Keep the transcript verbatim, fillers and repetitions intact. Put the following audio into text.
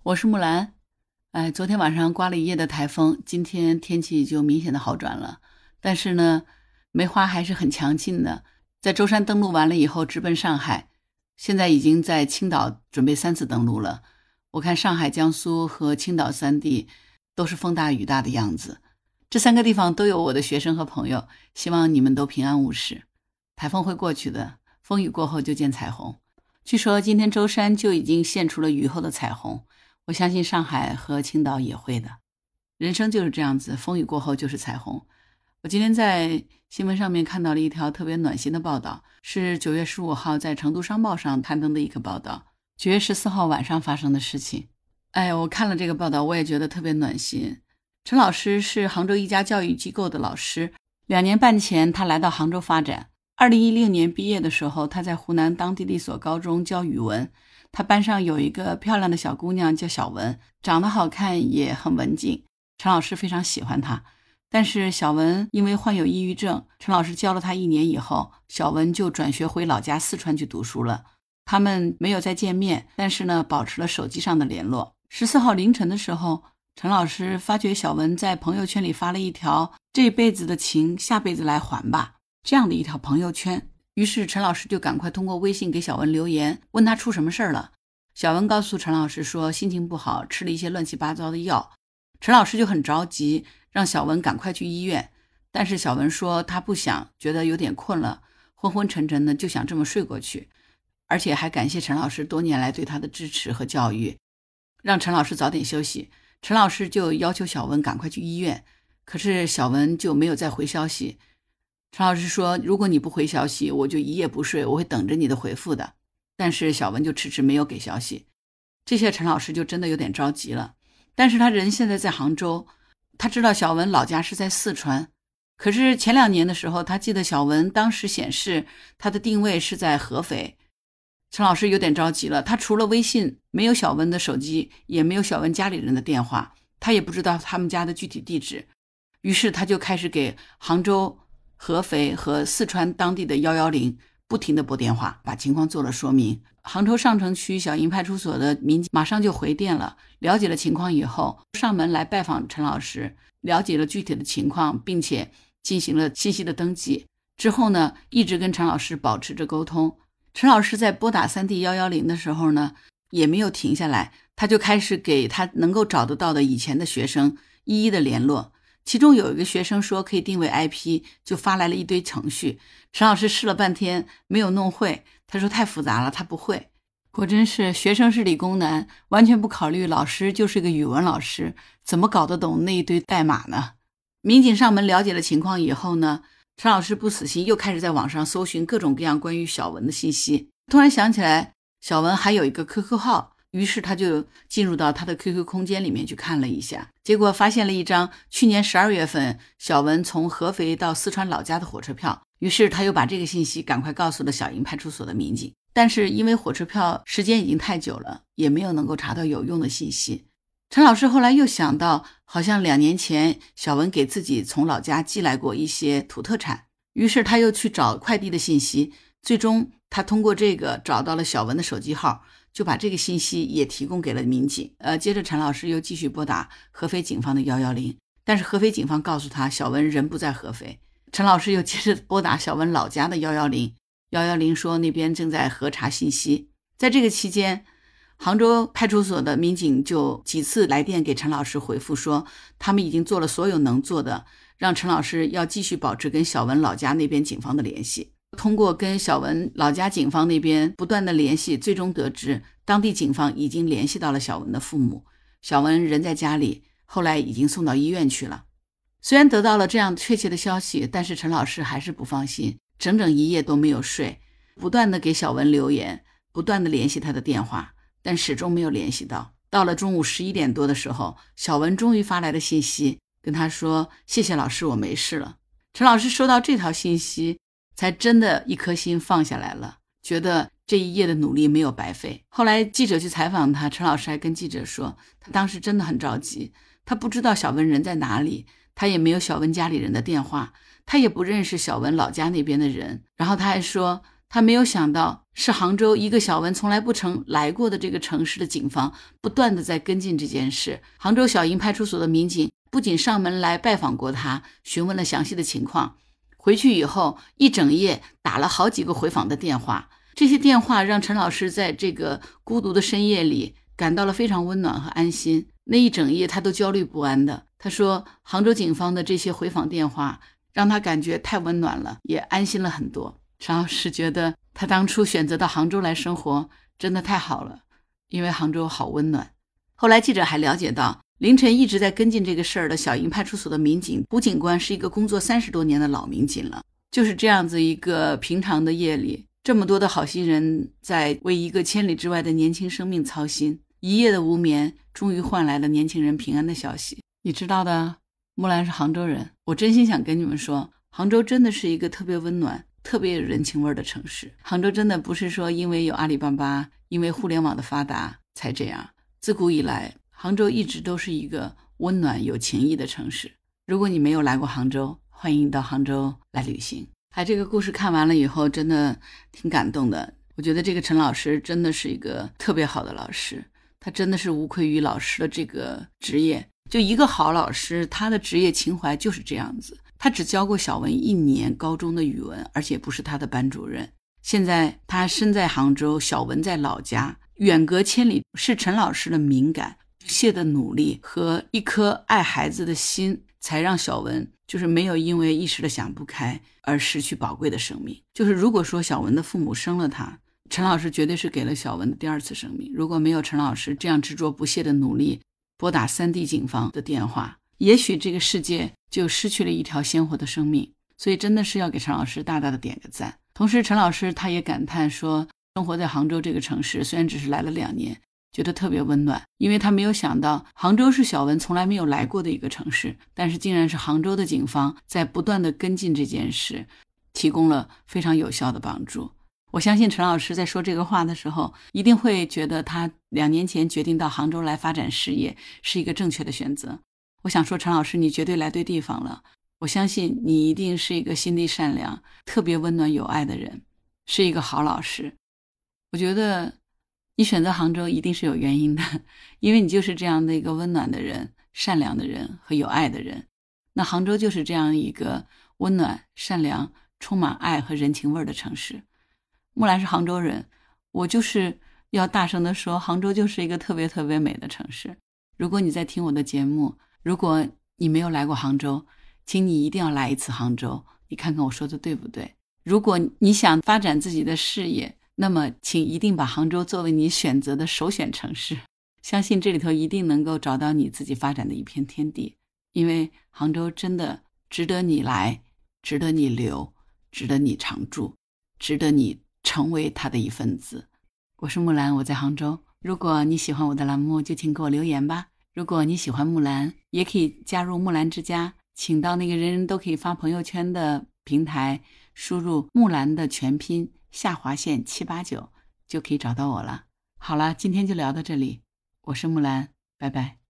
我是木兰。哎，昨天晚上刮了一夜的台风，今天天气就明显的好转了。但是呢，梅花还是很强劲的。在舟山登陆完了以后，直奔上海，现在已经在青岛准备三次登陆了。我看上海、江苏和青岛三地都是风大雨大的样子。这三个地方都有我的学生和朋友，希望你们都平安无事。台风会过去的，风雨过后就见彩虹。据说今天舟山就已经现出了雨后的彩虹。我相信上海和青岛也会的。人生就是这样子，风雨过后就是彩虹。我今天在新闻上面看到了一条特别暖心的报道，是九月十五号在成都商报上刊登的一个报道，九月十四号晚上发生的事情。哎，我看了这个报道，我也觉得特别暖心。陈老师是杭州一家教育机构的老师，两年半前他来到杭州发展。二零一六年毕业的时候，他在湖南当地的一所高中教语文。他班上有一个漂亮的小姑娘叫小文，长得好看也很文静，陈老师非常喜欢她。但是小文因为患有抑郁症，陈老师教了她一年以后，小文就转学回老家四川去读书了。他们没有再见面，但是呢保持了手机上的联络。十四号凌晨的时候，陈老师发觉小文在朋友圈里发了一条这辈子的情下辈子来还吧这样的一条朋友圈。于是陈老师就赶快通过微信给小文留言，问他出什么事儿了。小文告诉陈老师说心情不好，吃了一些乱七八糟的药。陈老师就很着急，让小文赶快去医院。但是小文说他不想，觉得有点困了，昏昏沉沉的，就想这么睡过去。而且还感谢陈老师多年来对他的支持和教育，让陈老师早点休息。陈老师就要求小文赶快去医院，可是小文就没有再回消息。陈老师说，如果你不回消息，我就一夜不睡，我会等着你的回复的。但是小文就迟迟没有给消息，这些陈老师就真的有点着急了。但是他人现在在杭州，他知道小文老家是在四川，可是前两年的时候，他记得小文当时显示他的定位是在合肥。陈老师有点着急了，他除了微信没有小文的手机，也没有小文家里人的电话，他也不知道他们家的具体地址。于是他就开始给杭州、合肥和四川当地的一一零不停地拨电话，把情况做了说明。杭州上城区小营派出所的民警马上就回电了，了解了情况以后，上门来拜访陈老师，了解了具体的情况，并且进行了信息的登记。之后呢，一直跟陈老师保持着沟通。陈老师在拨打三 D 一一零的时候呢，也没有停下来，他就开始给他能够找得到的以前的学生一一的联络。其中有一个学生说可以定位 I P， 就发来了一堆程序。陈老师试了半天没有弄会，他说太复杂了，他不会。果真是学生是理工男，完全不考虑老师就是个语文老师，怎么搞得懂那一堆代码呢？民警上门了解了情况以后呢，陈老师不死心，又开始在网上搜寻各种各样关于小文的信息。突然想起来小文还有一个 Q Q 号，于是他就进入到他的 Q Q 空间里面去看了一下，结果发现了一张去年十二月份小文从合肥到四川老家的火车票。于是他又把这个信息赶快告诉了小营派出所的民警，但是因为火车票时间已经太久了，也没有能够查到有用的信息。陈老师后来又想到，好像两年前小文给自己从老家寄来过一些土特产，于是他又去找快递的信息，最终他通过这个找到了小文的手机号，就把这个信息也提供给了民警。呃，接着陈老师又继续拨打合肥警方的一一零，但是合肥警方告诉他小文人不在合肥。陈老师又接着拨打小文老家的一一零，一一零说那边正在核查信息。在这个期间，杭州派出所的民警就几次来电给陈老师回复说，他们已经做了所有能做的，让陈老师要继续保持跟小文老家那边警方的联系。通过跟小文老家警方那边不断的联系，最终得知当地警方已经联系到了小文的父母，小文人在家里，后来已经送到医院去了。虽然得到了这样确切的消息，但是陈老师还是不放心，整整一夜都没有睡，不断的给小文留言，不断的联系他的电话，但始终没有联系到。到了中午十一点多的时候，小文终于发来的信息，跟他说谢谢老师，我没事了。陈老师收到这条信息，才真的一颗心放下来了，觉得这一夜的努力没有白费。后来记者去采访他，陈老师还跟记者说，他当时真的很着急，他不知道小文人在哪里，他也没有小文家里人的电话，他也不认识小文老家那边的人。然后他还说他没有想到是杭州一个小文从来不曾来过的这个城市的警方不断的在跟进这件事。杭州小营派出所的民警不仅上门来拜访过他，询问了详细的情况，回去以后一整夜打了好几个回访的电话。这些电话让陈老师在这个孤独的深夜里感到了非常温暖和安心。那一整夜他都焦虑不安的。他说杭州警方的这些回访电话让他感觉太温暖了，也安心了很多。陈老师觉得他当初选择到杭州来生活真的太好了，因为杭州好温暖。后来记者还了解到，凌晨一直在跟进这个事儿的小营派出所的民警胡警官是一个工作三十多年的老民警了。就是这样子一个平常的夜里，这么多的好心人在为一个千里之外的年轻生命操心，一夜的无眠终于换来了年轻人平安的消息。你知道的，木兰是杭州人，我真心想跟你们说，杭州真的是一个特别温暖特别有人情味的城市。杭州真的不是说因为有阿里巴巴，因为互联网的发达才这样，自古以来杭州一直都是一个温暖有情谊的城市。如果你没有来过杭州，欢迎到杭州来旅行。哎，这个故事看完了以后真的挺感动的。我觉得这个陈老师真的是一个特别好的老师，他真的是无愧于老师的这个职业。就一个好老师，他的职业情怀就是这样子。他只教过小文一年高中的语文，而且不是他的班主任。现在他身在杭州，小文在老家，远隔千里，是陈老师的敏感、不懈的努力和一颗爱孩子的心，才让小文就是没有因为一时的想不开而失去宝贵的生命。就是如果说小文的父母生了他，陈老师绝对是给了小文的第二次生命。如果没有陈老师这样执着不懈的努力，拨打三地警方的电话，也许这个世界就失去了一条鲜活的生命。所以真的是要给陈老师大大的点个赞。同时陈老师他也感叹说，生活在杭州这个城市虽然只是来了两年，觉得特别温暖，因为他没有想到杭州是小文从来没有来过的一个城市，但是竟然是杭州的警方在不断的跟进这件事，提供了非常有效的帮助。我相信陈老师在说这个话的时候，一定会觉得他两年前决定到杭州来发展事业是一个正确的选择。我想说，陈老师你绝对来对地方了。我相信你一定是一个心地善良、特别温暖有爱的人，是一个好老师。我觉得你选择杭州一定是有原因的，因为你就是这样的一个温暖的人、善良的人和有爱的人。那杭州就是这样一个温暖、善良、充满爱和人情味的城市。木兰是杭州人，我就是要大声地说，杭州就是一个特别特别美的城市。如果你在听我的节目，如果你没有来过杭州，请你一定要来一次杭州，你看看我说的对不对。如果你想发展自己的事业，那么请一定把杭州作为你选择的首选城市，相信这里头一定能够找到你自己发展的一片天地。因为杭州真的值得你来，值得你留，值得你常住，值得你成为它的一份子。我是木兰，我在杭州。如果你喜欢我的栏目，就请给我留言吧。如果你喜欢木兰，也可以加入木兰之家，请到那个人人都可以发朋友圈的平台，输入木兰的全拼下划线七八九就可以找到我了。好了，今天就聊到这里，我是木兰，拜拜。